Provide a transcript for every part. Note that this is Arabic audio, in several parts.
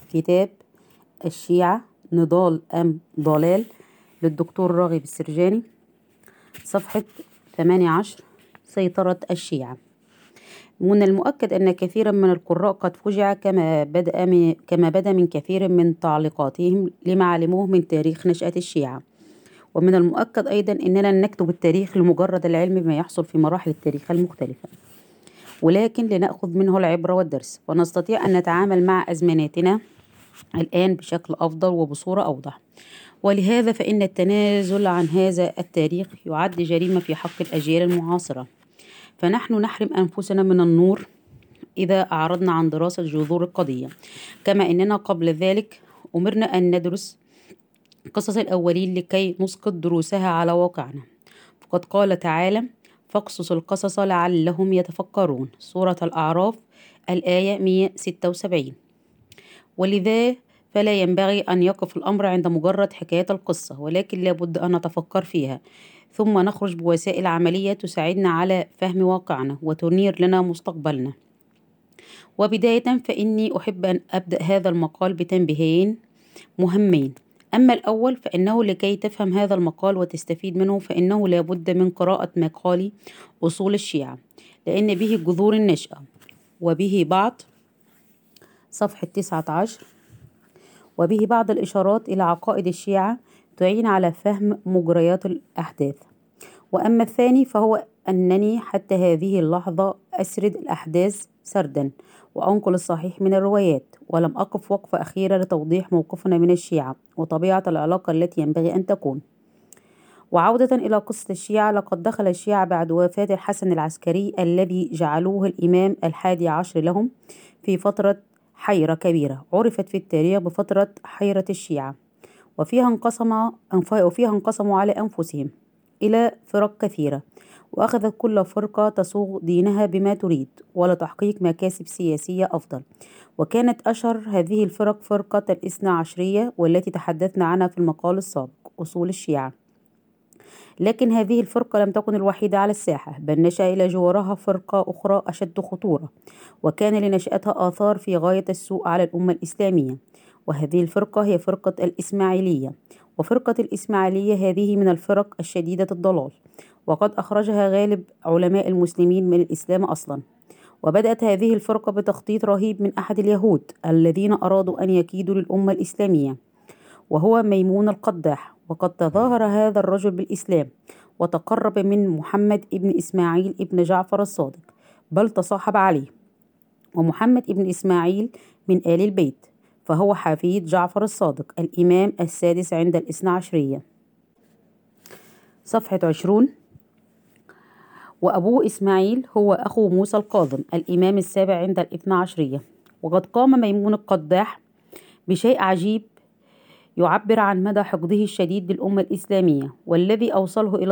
كتاب الشيعة نضال أم ضلال للدكتور راغب السرجاني، صفحة 18. سيطرة الشيعة. من المؤكد أن كثيرا من القراء قد فجع كما بدأ من كثير من تعليقاتهم لما علموه من تاريخ نشأة الشيعة. ومن المؤكد أيضا أننا نكتب التاريخ لمجرد العلم بما يحصل في مراحل التاريخ المختلفة، ولكن لنأخذ منه العبرة والدرس، ونستطيع أن نتعامل مع أزمنتنا الآن بشكل أفضل وبصورة أوضح. ولهذا فإن التنازل عن هذا التاريخ يعد جريمة في حق الأجيال المعاصرة، فنحن نحرم أنفسنا من النور إذا أعرضنا عن دراسة جذور القضية، كما أننا قبل ذلك أمرنا أن ندرس قصص الأولين لكي نسقط دروسها على واقعنا. فقد قال تعالى: فاقصص القصص لعلهم يتفكرون، سورة الأعراف الآية 176. ولذا فلا ينبغي أن يقف الأمر عند مجرد حكاية القصة، ولكن لابد أن نتفكر فيها، ثم نخرج بوسائل عملية تساعدنا على فهم واقعنا وتنير لنا مستقبلنا. وبداية فإني أحب أن أبدأ هذا المقال بتنبيهين مهمين. أما الأول فإنه لكي تفهم هذا المقال وتستفيد منه فإنه لابد من قراءة مقالي أصول الشيعة، لأن به جذور النشأة وبه بعض صفحة 19 وبه بعض الإشارات إلى عقائد الشيعة تعين على فهم مجريات الأحداث. وأما الثاني فهو أنني حتى هذه اللحظة أسرد الأحداث سردا وأنقل الصحيح من الروايات، ولم أقف وقفة أخيرة لتوضيح موقفنا من الشيعة وطبيعة العلاقة التي ينبغي أن تكون. وعودة إلى قصة الشيعة، لقد دخل الشيعة بعد وفاة الحسن العسكري الذي جعلوه الإمام 11 لهم في فترة حيرة كبيرة عرفت في التاريخ بفترة حيرة الشيعة، وفيها انقسموا على أنفسهم إلى فرق كثيرة، وأخذت كل فرقة تصوغ دينها بما تريد ولتحقيق مكاسب سياسية أفضل. وكانت أشهر هذه الفرق فرقة الاثنا عشرية، والتي تحدثنا عنها في المقال السابق أصول الشيعة. لكن هذه الفرقة لم تكن الوحيدة على الساحة، بل نشأ إلى جوارها فرقة أخرى أشد خطورة، وكان لنشأتها آثار في غاية السوء على الأمة الإسلامية، وهذه الفرقة هي فرقة الإسماعيلية. وفرقة الإسماعيلية هذه من الفرق الشديدة الضلال، وقد أخرجها غالب علماء المسلمين من الإسلام أصلا. وبدأت هذه الفرقة بتخطيط رهيب من أحد اليهود الذين أرادوا أن يكيدوا للأمة الإسلامية، وهو ميمون القداح. وقد تظاهر هذا الرجل بالإسلام وتقرب من محمد ابن إسماعيل ابن جعفر الصادق، بل تصاحب عليه. ومحمد ابن إسماعيل من آل البيت، فهو حفيد جعفر الصادق الإمام السادس عند الاثنى عشرية، صفحة 20. وأبوه إسماعيل هو أخو موسى الكاظم الإمام السابع عند الاثنى عشرية. وقد قام ميمون القداح بشيء عجيب يعبر عن مدى حقده الشديد للأمة الإسلامية، والذي أوصله إلى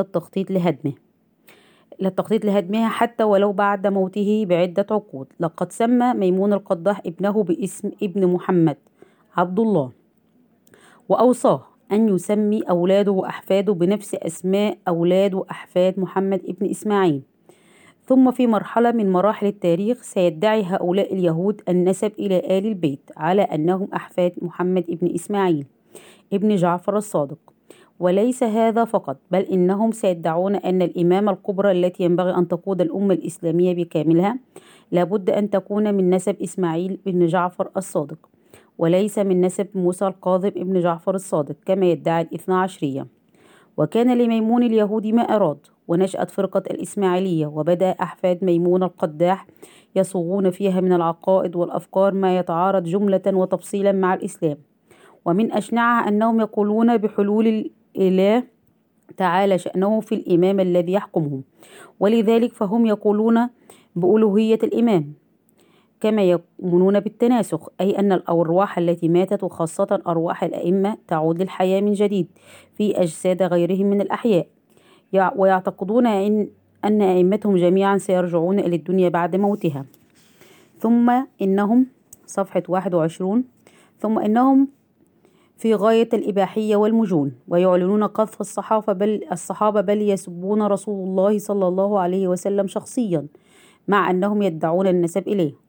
التخطيط لهدمها حتى ولو بعد موته بعدة عقود. لقد سمى ميمون القداح ابنه باسم ابن محمد عبد الله، وأوصاه أن يسمي أولاده وأحفاده بنفس أسماء أولاد وأحفاد محمد ابن إسماعيل. ثم في مرحلة من مراحل التاريخ سيدعي هؤلاء اليهود النسب إلى آل البيت على أنهم أحفاد محمد ابن إسماعيل ابن جعفر الصادق. وليس هذا فقط، بل إنهم سيدعون أن الإمامة الكبرى التي ينبغي أن تقود الأمة الإسلامية بكاملها لابد أن تكون من نسب إسماعيل بن جعفر الصادق، وليس من نسب موسى الكاظم ابن جعفر الصادق كما يدعي الاثنى عشرية. وكان لميمون اليهودي ما أراد، ونشأت فرقة الإسماعيلية، وبدأ أحفاد ميمون القداح يصوغون فيها من العقائد والأفكار ما يتعارض جملة وتفصيلا مع الإسلام. ومن أشنعها أنهم يقولون بحلول الإله تعالى شأنه في الإمام الذي يحكمهم، ولذلك فهم يقولون بألوهية الإمام، كما يؤمنون بالتناسخ، أي أن الأرواح التي ماتت وخاصة أرواح الأئمة تعود للحياة من جديد في أجساد غيرهم من الأحياء. ويعتقدون أن أئمتهم جميعا سيرجعون إلى الدنيا بعد موتها. ثم إنهم صفحة 21 ثم إنهم في غاية الإباحية والمجون، ويعلنون قذف الصحابة بل يسبون رسول الله صلى الله عليه وسلم شخصيا، مع أنهم يدعون النسب إليه.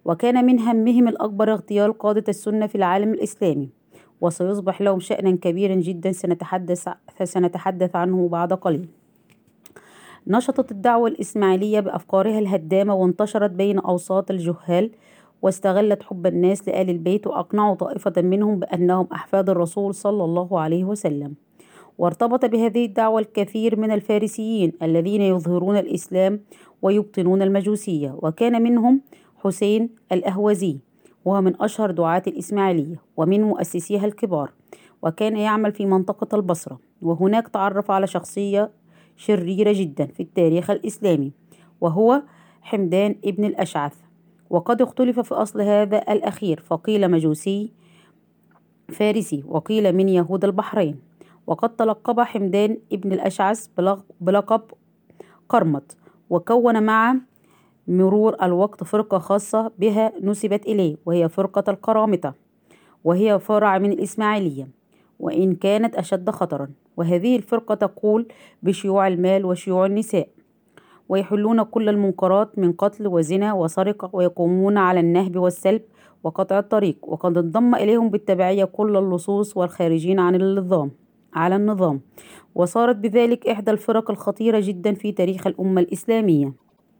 وكان من همهم الأكبر اغتيال قادة السنة في العالم الإسلامي، وسيصبح لهم شأنا كبيرا جدا سنتحدث عنه بعد قليل. نشطت الدعوة الإسماعيلية بأفكارها الهدامة وانتشرت بين أوساط الجهال، واستغلت حب الناس لآل البيت وأقنعوا طائفة منهم بأنهم أحفاد الرسول صلى الله عليه وسلم. وارتبط بهذه الدعوة الكثير من الفارسيين الذين يظهرون الإسلام ويبطنون المجوسية، وكان منهم حسين الأهوزي، وهو من أشهر دعاة الإسماعيلية ومن مؤسسيها الكبار، وكان يعمل في منطقة البصرة. وهناك تعرف على شخصية شريرة جدا في التاريخ الإسلامي، وهو حمدان ابن الأشعث، وقد اختلف في أصل هذا الأخير، فقيل مجوسي فارسي وقيل من يهود البحرين. وقد تلقب حمدان ابن الأشعث بلقب قرمط، وكون مع مرور الوقت فرقة خاصة بها نسبت إليه، وهي فرقة القرامطة، وهي فرع من الإسماعيلية وإن كانت أشد خطرا. وهذه الفرقة تقول بشيوع المال وشيوع النساء، ويحلون كل المنكرات من قتل وزنا وسرقة، ويقومون على النهب والسلب وقطع الطريق. وقد انضم إليهم بالتبعية كل اللصوص والخارجين على النظام، وصارت بذلك إحدى الفرق الخطيرة جدا في تاريخ الأمة الإسلامية.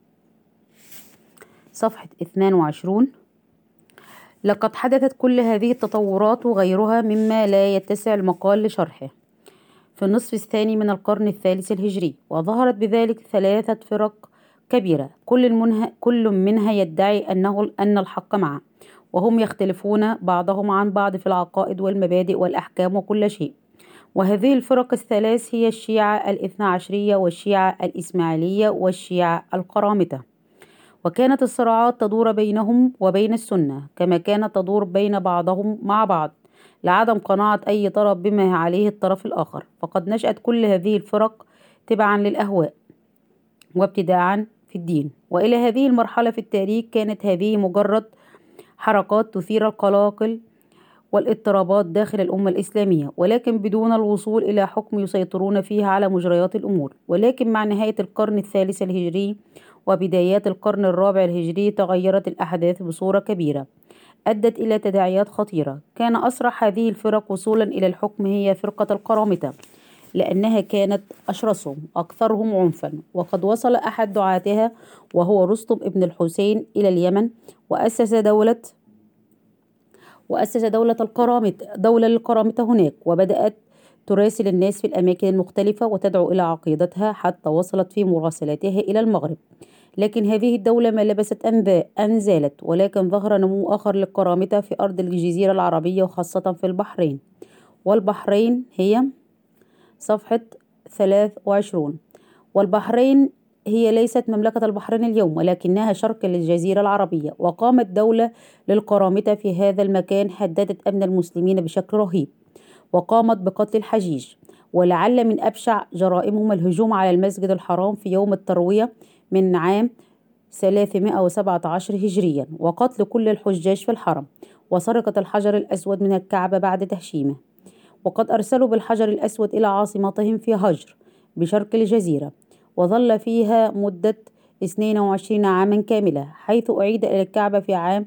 صفحة 22. لقد حدثت كل هذه التطورات وغيرها مما لا يتسع المقال لشرحه في النصف الثاني من القرن الثالث الهجري، وظهرت بذلك 3 فرق كبيرة، كل منها يدعي أن الحق معه، وهم يختلفون بعضهم عن بعض في العقائد والمبادئ والأحكام وكل شيء. وهذه الفرق الثلاث هي الشيعة الاثنى عشرية والشيعة الإسماعيلية والشيعة القرامطة. وكانت الصراعات تدور بينهم وبين السنة، كما كانت تدور بين بعضهم مع بعض لعدم قناعة أي طرف بما عليه الطرف الآخر. فقد نشأت كل هذه الفرق تبعا للأهواء وابتداعا في الدين. وإلى هذه المرحلة في التاريخ كانت هذه مجرد حركات تثير القلاقل والاضطرابات داخل الأمة الإسلامية، ولكن بدون الوصول إلى حكم يسيطرون فيها على مجريات الأمور. ولكن مع نهاية القرن الثالث الهجري وبدايات القرن الرابع الهجري تغيرت الأحداث بصورة كبيرة أدت إلى تداعيات خطيرة. كان أسرع هذه الفرق وصولا إلى الحكم هي فرقة القرامطة، لأنها كانت أشرسهم أكثرهم عنفا. وقد وصل أحد دعاتها وهو رستم ابن الحسين إلى اليمن، وأسس دولة للقرامطة هناك، وبدأت تراسل الناس في الأماكن المختلفة وتدعو إلى عقيدتها حتى وصلت في مراسلاتها إلى المغرب. لكن هذه الدولة ما لبست أن زالت، ولكن ظهر نمو آخر للقرامطة في أرض الجزيرة العربية وخاصة في البحرين. والبحرين هي صفحة 23. والبحرين هي ليست مملكة البحرين اليوم، ولكنها شرق للجزيرة العربية. وقامت دولة للقرامطة في هذا المكان هددت أمن المسلمين بشكل رهيب، وقامت بقتل الحجيج. ولعل من أبشع جرائمهم الهجوم على المسجد الحرام في يوم التروية من عام 317 هجريا، وقتل كل الحجاج في الحرم، وسرقة الحجر الأسود من الكعبة بعد تهشيمه. وقد أرسلوا بالحجر الأسود إلى عاصمتهم في هجر بشرق الجزيرة، وظل فيها مدة 22 عاما كاملة، حيث أعيد إلى الكعبة في عام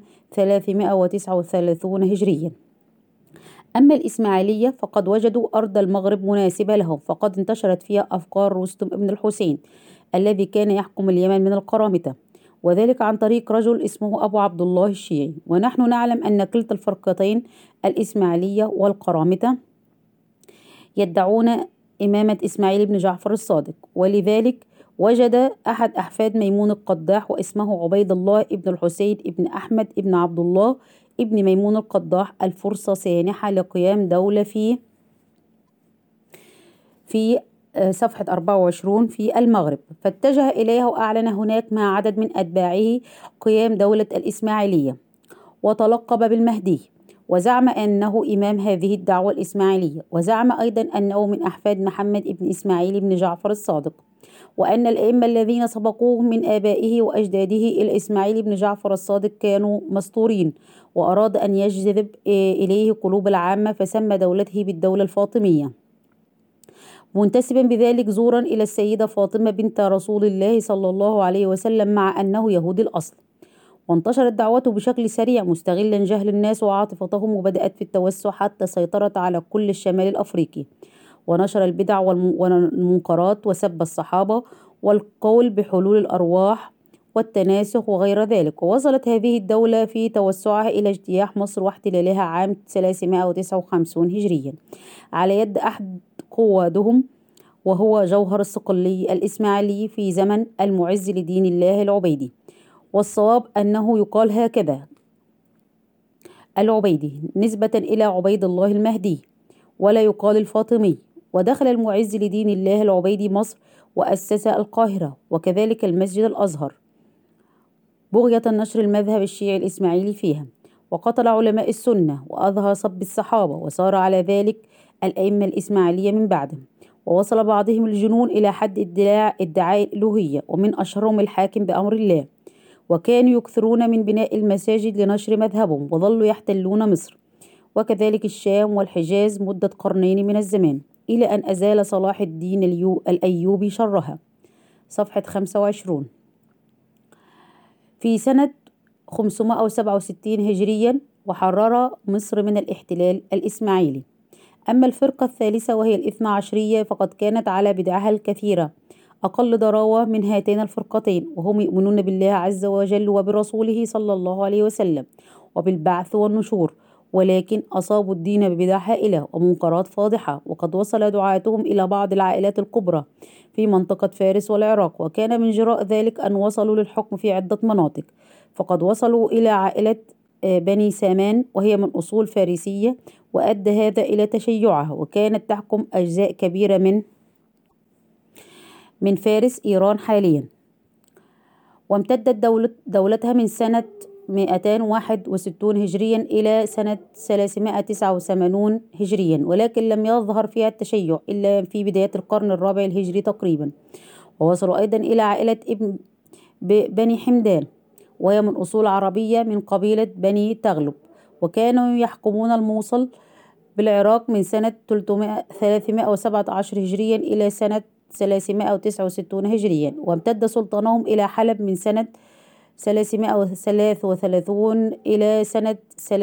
339 هجريا. أما الإسماعيلية فقد وجدوا أرض المغرب مناسبة لهم، فقد انتشرت فيها أفكار رستم ابن الحسين الذي كان يحكم اليمن من القرامطة، وذلك عن طريق رجل اسمه أبو عبد الله الشيعي. ونحن نعلم أن كلتا الفرقتين الإسماعيلية والقرامطة يدعون إمامة إسماعيل بن جعفر الصادق. ولذلك وجد أحد أحفاد ميمون القداح واسمه عبيد الله ابن الحسين ابن أحمد ابن عبد الله ابن ميمون القداح الفرصة سانحة لقيام دولة في صفحة 24 في المغرب، فاتجه إليها وأعلن هناك مع عدد من أتباعه قيام دولة الإسماعيلية، وتلقب بالمهدي، وزعم أنه إمام هذه الدعوة الإسماعيلية. وزعم أيضا أنه من أحفاد محمد ابن إسماعيل بن جعفر الصادق، وأن الأئمة الذين سبقوه من آبائه وأجداده إلى إسماعيل بن جعفر الصادق كانوا مسطورين، وأراد أن يجذب إليه قلوب العامة، فسمى دولته بالدولة الفاطمية، منتسبا بذلك زورا إلى السيدة فاطمة بنت رسول الله صلى الله عليه وسلم، مع أنه يهودي الأصل. وانتشرت دعوته بشكل سريع مستغلا جهل الناس وعاطفتهم، وبدأت في التوسع حتى سيطرت على كل الشمال الأفريقي، ونشر البدع والمنكرات وسب الصحابة والقول بحلول الأرواح والتناسخ وغير ذلك. ووصلت هذه الدولة في توسعها إلى اجتياح مصر واحتلالها عام 359 هجريا على يد أحد قوادهم، وهو جوهر الصقلي الإسماعيلي في زمن المعز لدين الله العبيدي. والصواب أنه يقال هكذا العبيدي نسبة إلى عبيد الله المهدي، ولا يقال الفاطمي. ودخل المعز لدين الله العبيدي مصر وأسس القاهرة وكذلك المسجد الأزهر بغية نشر المذهب الشيعي الإسماعيلي فيها، وقتل علماء السنة وأظهر صب الصحابة، وصار على ذلك الأئمة الإسماعيلية من بعدهم. ووصل بعضهم الجنون إلى حد ادعاء الألوهية، ومن أشهرهم الحاكم بأمر الله. وكانوا يكثرون من بناء المساجد لنشر مذهبهم، وظلوا يحتلون مصر وكذلك الشام والحجاز مدة قرنين من الزمان، إلى أن أزال صلاح الدين الأيوبي شرها. صفحة 25. في سنة 567 هجريا وحرر مصر من الاحتلال الإسماعيلي. أما الفرقة الثالثة وهي الاثنى عشرية فقد كانت على بدعها الكثيرة أقل ضراوة من هاتين الفرقتين، وهم يؤمنون بالله عز وجل وبرسوله صلى الله عليه وسلم وبالبعث والنشور، ولكن أصابوا الدين ببدع هائلة ومنكرات فاضحة. وقد وصل دعاتهم إلى بعض العائلات الكبرى في منطقة فارس والعراق، وكان من جراء ذلك أن وصلوا للحكم في عدة مناطق. فقد وصلوا إلى عائلة بني سامان وهي من أصول فارسية، وأدى هذا إلى تشيعها، وكانت تحكم أجزاء كبيرة من فارس إيران حاليا. وامتدت دولتها من سنة 261 هجريا إلى سنة 389 هجريا، ولكن لم يظهر فيها التشيع إلا في بداية القرن الرابع الهجري تقريبا. ووصلوا أيضا إلى عائلة ابن بني حمدان وهي من أصول عربية من قبيلة بني تغلب، وكانوا يحكمون الموصل بالعراق من سنة 317 هجريا إلى سنة 369 هجريا. وامتد سلطانهم إلى حلب من سنة 333 إلى سنة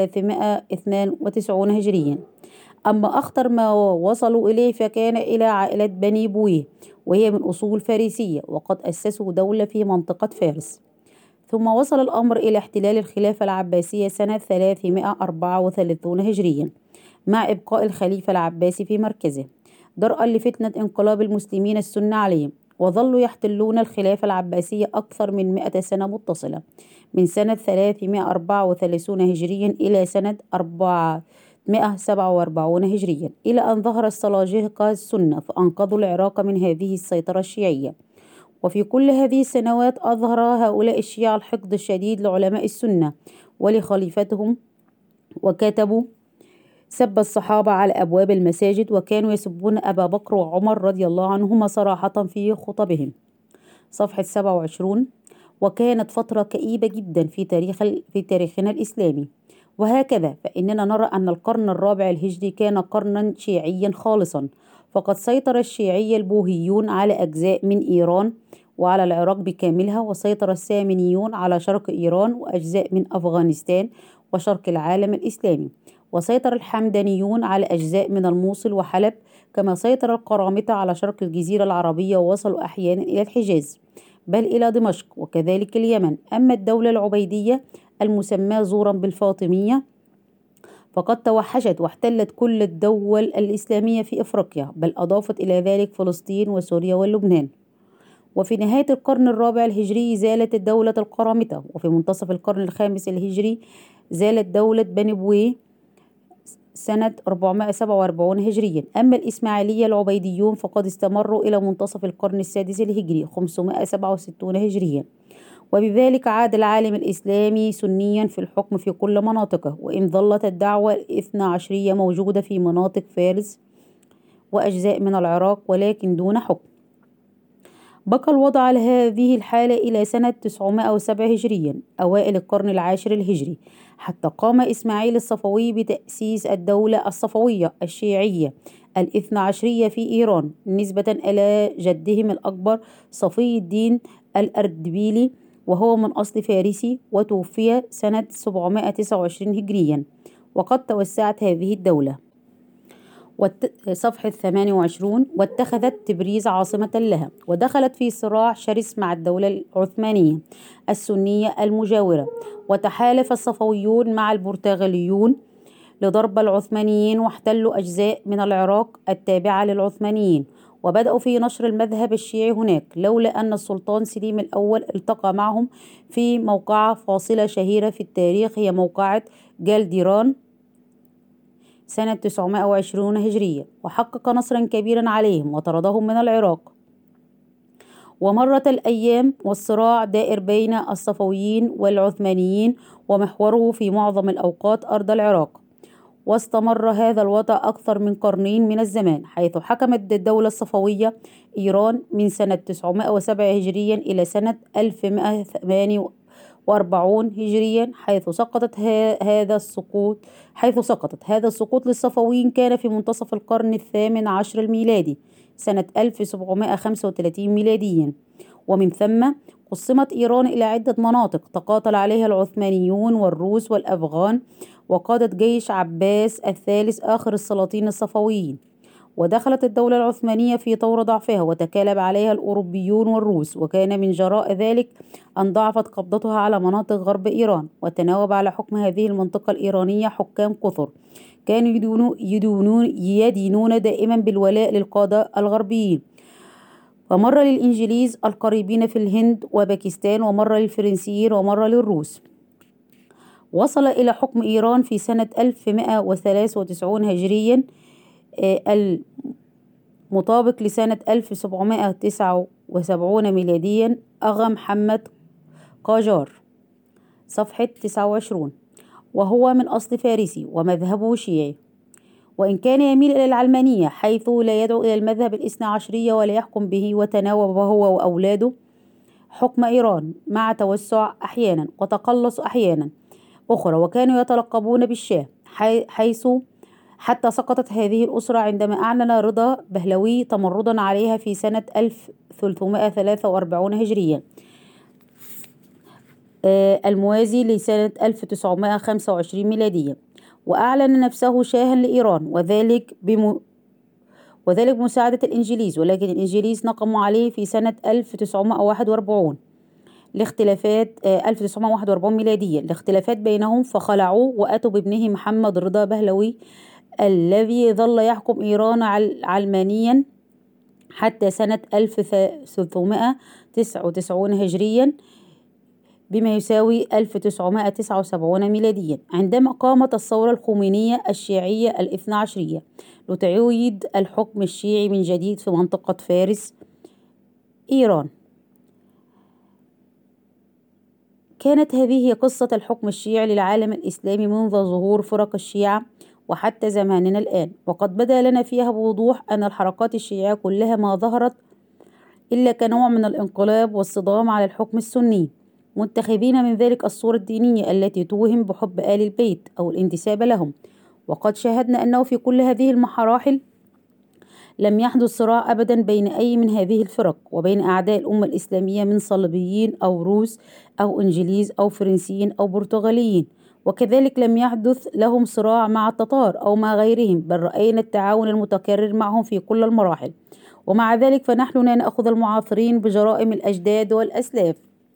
392 هجريا. أما أخطر ما وصلوا إليه فكان إلى عائلة بني بويه وهي من أصول فارسية، وقد أسسوا دولة في منطقة فارس. ثم وصل الأمر إلى احتلال الخلافة العباسية سنة 334 هجريا مع إبقاء الخليفة العباسي في مركزه درءا لفتنة انقلاب المسلمين السنة عليهم. وظلوا يحتلون الخلافة العباسية أكثر من 100 سنة متصلة من سنة 334 هجريا إلى سنة 447 هجريا، إلى أن ظهر السلاجقة السنة فأنقذوا العراق من هذه السيطرة الشيعية. وفي كل هذه السنوات أظهر هؤلاء الشيعة الحقد الشديد لعلماء السنة ولخليفتهم، وكتبوا سب الصحابة على أبواب المساجد، وكانوا يسبون أبا بكر وعمر رضي الله عنهما صراحة في خطبهم. صفحة 27. وكانت فترة كئيبة جدا في تاريخنا الإسلامي. وهكذا فإننا نرى أن القرن الرابع الهجري كان قرنا شيعيا خالصا، فقد سيطر الشيعي البوهيون على أجزاء من إيران وعلى العراق بكاملها، وسيطر السامنيون على شرق إيران وأجزاء من أفغانستان وشرق العالم الإسلامي، وسيطر الحمدانيون على أجزاء من الموصل وحلب، كما سيطر القرامطة على شرق الجزيرة العربية، ووصلوا أحيانا إلى الحجاز بل إلى دمشق وكذلك اليمن. أما الدولة العبيدية المسماة زورا بالفاطمية فقد توحشت واحتلت كل الدول الإسلامية في إفريقيا، بل أضافت إلى ذلك فلسطين وسوريا ولبنان. وفي نهاية القرن الرابع الهجري زالت الدولة القرامطة، وفي منتصف القرن الخامس الهجري زالت دولة بني بويه سنة 447 هجريا. أما الإسماعيلية العبيديون فقد استمروا إلى منتصف القرن السادس الهجري 567 هجريا، وبذلك عاد العالم الإسلامي سنيا في الحكم في كل مناطقه، وإن ظلت الدعوة الاثنى عشرية موجودة في مناطق فارس وأجزاء من العراق ولكن دون حكم. بقى الوضع على هذه الحالة إلى سنة 907 هجريا أوائل القرن العاشر الهجري، حتى قام إسماعيل الصفوي بتأسيس الدولة الصفوية الشيعية الاثنى عشرية في إيران نسبة إلى جدهم الأكبر صفي الدين الأردبيلي، وهو من أصل فارسي، وتوفي سنة 729 هجريا، وقد توسعت هذه الدولة. صفحة 28. واتخذت تبريز عاصمة لها، ودخلت في صراع شرس مع الدولة العثمانية السنية المجاورة، وتحالف الصفويون مع البرتغاليون لضرب العثمانيين، واحتلوا أجزاء من العراق التابعة للعثمانيين، وبدأوا في نشر المذهب الشيعي هناك، لولا أن السلطان سليم الأول التقى معهم في موقعة فاصلة شهيرة في التاريخ، هي موقعة جالديران سنة 920 هجرية، وحقق نصرا كبيرا عليهم وطردهم من العراق. ومرت الأيام والصراع دائر بين الصفويين والعثمانيين، ومحوره في معظم الأوقات أرض العراق، واستمر هذا الوضع أكثر من قرنين من الزمان، حيث حكمت الدولة الصفوية إيران من سنة 907 هجريا إلى سنة 1148 هجريا، حيث سقطت هذا السقوط للصفويين كان في منتصف القرن الثامن عشر الميلادي، سنة 1735 ميلاديا. ومن ثم قسمت إيران إلى عدة مناطق تقاتل عليها العثمانيون والروس والأفغان، وقادت جيش عباس الثالث آخر السلاطين الصفويين. ودخلت الدولة العثمانية في طور ضعفها، وتكالب عليها الأوروبيون والروس، وكان من جراء ذلك أن ضعفت قبضتها على مناطق غرب إيران، وتناوب على حكم هذه المنطقة الإيرانية حكام كثر كانوا يدينون دائما بالولاء للقادة الغربيين، ومرة للإنجليز القريبين في الهند وباكستان، ومرة للفرنسيين، ومرة للروس. وصل إلى حكم إيران في سنة 1193 هجريا المطابق لسنة 1779 ميلاديا أغا محمد قاجار. صفحة 29. وهو من أصل فارسي ومذهبه شيعي، وإن كان يميل إلى العلمانية حيث لا يدعو إلى المذهب الاثنى عشرية ولا يحكم به، وتناوب هو وأولاده حكم إيران مع توسع أحيانا وتقلص أحيانا أخرى، وكانوا يتلقبون بالشاه، حتى سقطت هذه الأسرة عندما أعلن رضا بهلوي تمردا عليها في سنة 1343 هجرية، الموازي لسنة 1925 ميلادية، وأعلن نفسه شاها لإيران، وذلك بمساعدة الإنجليز، ولكن الإنجليز نقموا عليه في سنة 1941 ميلادية لاختلافات بينهم، فخلعوه وأتوا بابنه محمد رضا بهلوي الذي ظل يحكم إيران علمانيا حتى سنة 1399 هجريا، بما يساوي 1979 ميلاديا، عندما قامت الثورة الخمينية الشيعية الاثنى عشرية لتعيد الحكم الشيعي من جديد في منطقة فارس إيران. كانت هذه هي قصة الحكم الشيعي للعالم الإسلامي منذ ظهور فرق الشيعة وحتى زماننا الآن، وقد بدا لنا فيها بوضوح أن الحركات الشيعية كلها ما ظهرت إلا كنوع من الانقلاب والصدام على الحكم السني، متخذين من ذلك الصورة الدينية التي توهم بحب آل البيت أو الانتساب لهم. وقد شاهدنا أنه في كل هذه المراحل لم يحدث صراع أبدا بين أي من هذه الفرق وبين أعداء الأمة الإسلامية من صليبيين أو روس أو إنجليز أو فرنسيين أو برتغاليين، وكذلك لم يحدث لهم صراع مع التتار أو مع غيرهم، بل رأينا التعاون المتكرر معهم في كل المراحل. ومع ذلك فنحن لا نأخذ المعاصرين بجرائم الأجداد والأسلاف.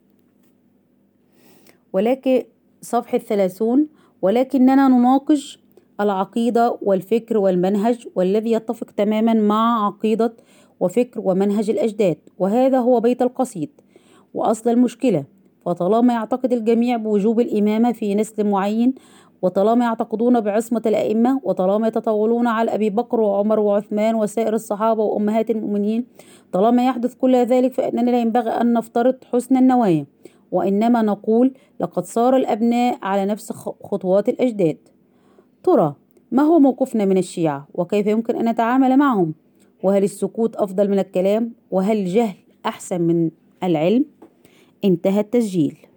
ولكن صفحة 30. ولكننا نناقش العقيدة والفكر والمنهج، والذي يتفق تماما مع عقيدة وفكر ومنهج الأجداد، وهذا هو بيت القصيد وأصل المشكلة. فطالما يعتقد الجميع بوجوب الإمامة في نسل معين، وطالما يعتقدون بعصمة الأئمة، وطالما يتطاولون على أبي بكر وعمر وعثمان وسائر الصحابة وأمهات المؤمنين، طالما يحدث كل ذلك فإننا لا ينبغي أن نفترض حسن النوايا، وإنما نقول لقد صار الأبناء على نفس خطوات الأجداد. ترى ما هو موقفنا من الشيعة، وكيف يمكن أن نتعامل معهم؟ وهل السكوت أفضل من الكلام؟ وهل الجهل أحسن من العلم؟ انتهى التسجيل.